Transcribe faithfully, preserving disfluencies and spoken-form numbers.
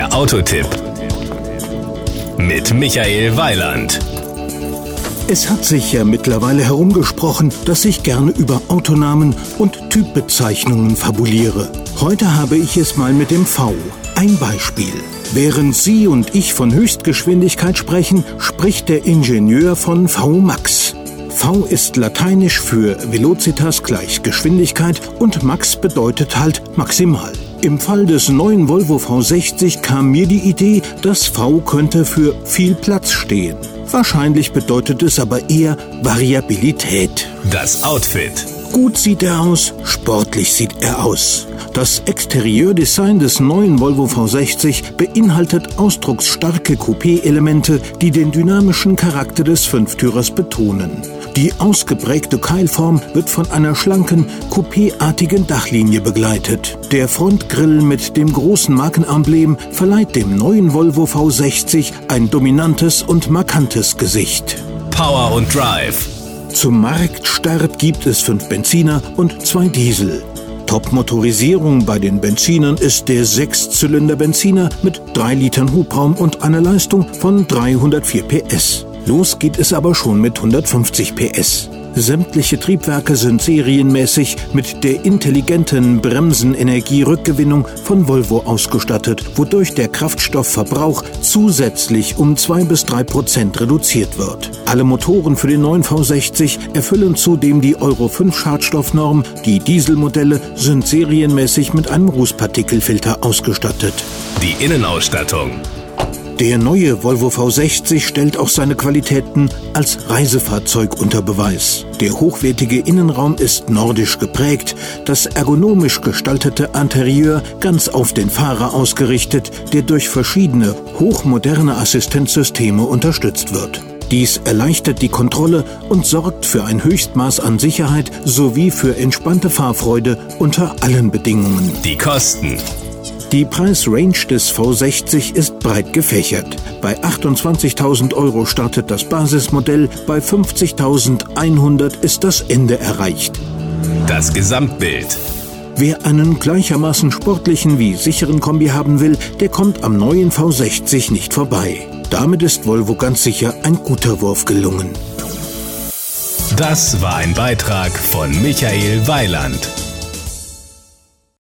Der Autotipp mit Michael Weiland. Es hat sich ja mittlerweile herumgesprochen, dass ich gerne über Autonamen und Typbezeichnungen fabuliere. Heute habe ich es mal mit dem V. Ein Beispiel. Während Sie und ich von Höchstgeschwindigkeit sprechen, spricht der Ingenieur von V Max. V ist lateinisch für Velocitas gleich Geschwindigkeit und Max bedeutet halt maximal. Im Fall des neuen Volvo V sechzig kam mir die Idee, das V könnte für viel Platz stehen. Wahrscheinlich bedeutet es aber eher Variabilität. Das Outfit. Gut sieht er aus, sportlich sieht er aus. Das Exterieurdesign des neuen Volvo V sechzig beinhaltet ausdrucksstarke Coupé-Elemente, die den dynamischen Charakter des Fünftürers betonen. Die ausgeprägte Keilform wird von einer schlanken, coupéartigen Dachlinie begleitet. Der Frontgrill mit dem großen Markenemblem verleiht dem neuen Volvo V sechzig ein dominantes und markantes Gesicht. Power und Drive. Zum Marktstart gibt es fünf Benziner und zwei Diesel. Top-Motorisierung bei den Benzinern ist der Sechszylinder-Benziner mit drei Litern Hubraum und einer Leistung von dreihundertvier P S. Los geht es aber schon mit hundertfünfzig P S. Sämtliche Triebwerke sind serienmäßig mit der intelligenten Bremsenenergierückgewinnung von Volvo ausgestattet, wodurch der Kraftstoffverbrauch zusätzlich um zwei bis drei Prozent reduziert wird. Alle Motoren für den neuen V sechzig erfüllen zudem die Euro fünf Schadstoffnorm. Die Dieselmodelle sind serienmäßig mit einem Rußpartikelfilter ausgestattet. Die Innenausstattung. Der neue Volvo V sechzig stellt auch seine Qualitäten als Reisefahrzeug unter Beweis. Der hochwertige Innenraum ist nordisch geprägt, das ergonomisch gestaltete Interieur ganz auf den Fahrer ausgerichtet, der durch verschiedene hochmoderne Assistenzsysteme unterstützt wird. Dies erleichtert die Kontrolle und sorgt für ein Höchstmaß an Sicherheit sowie für entspannte Fahrfreude unter allen Bedingungen. Die Kosten. Die Preisrange des V sechzig ist breit gefächert. Bei achtundzwanzigtausend Euro startet das Basismodell, bei fünfzigtausendeinhundert ist das Ende erreicht. Das Gesamtbild. Wer einen gleichermaßen sportlichen wie sicheren Kombi haben will, der kommt am neuen V sechzig nicht vorbei. Damit ist Volvo ganz sicher ein guter Wurf gelungen. Das war ein Beitrag von Michael Weiland.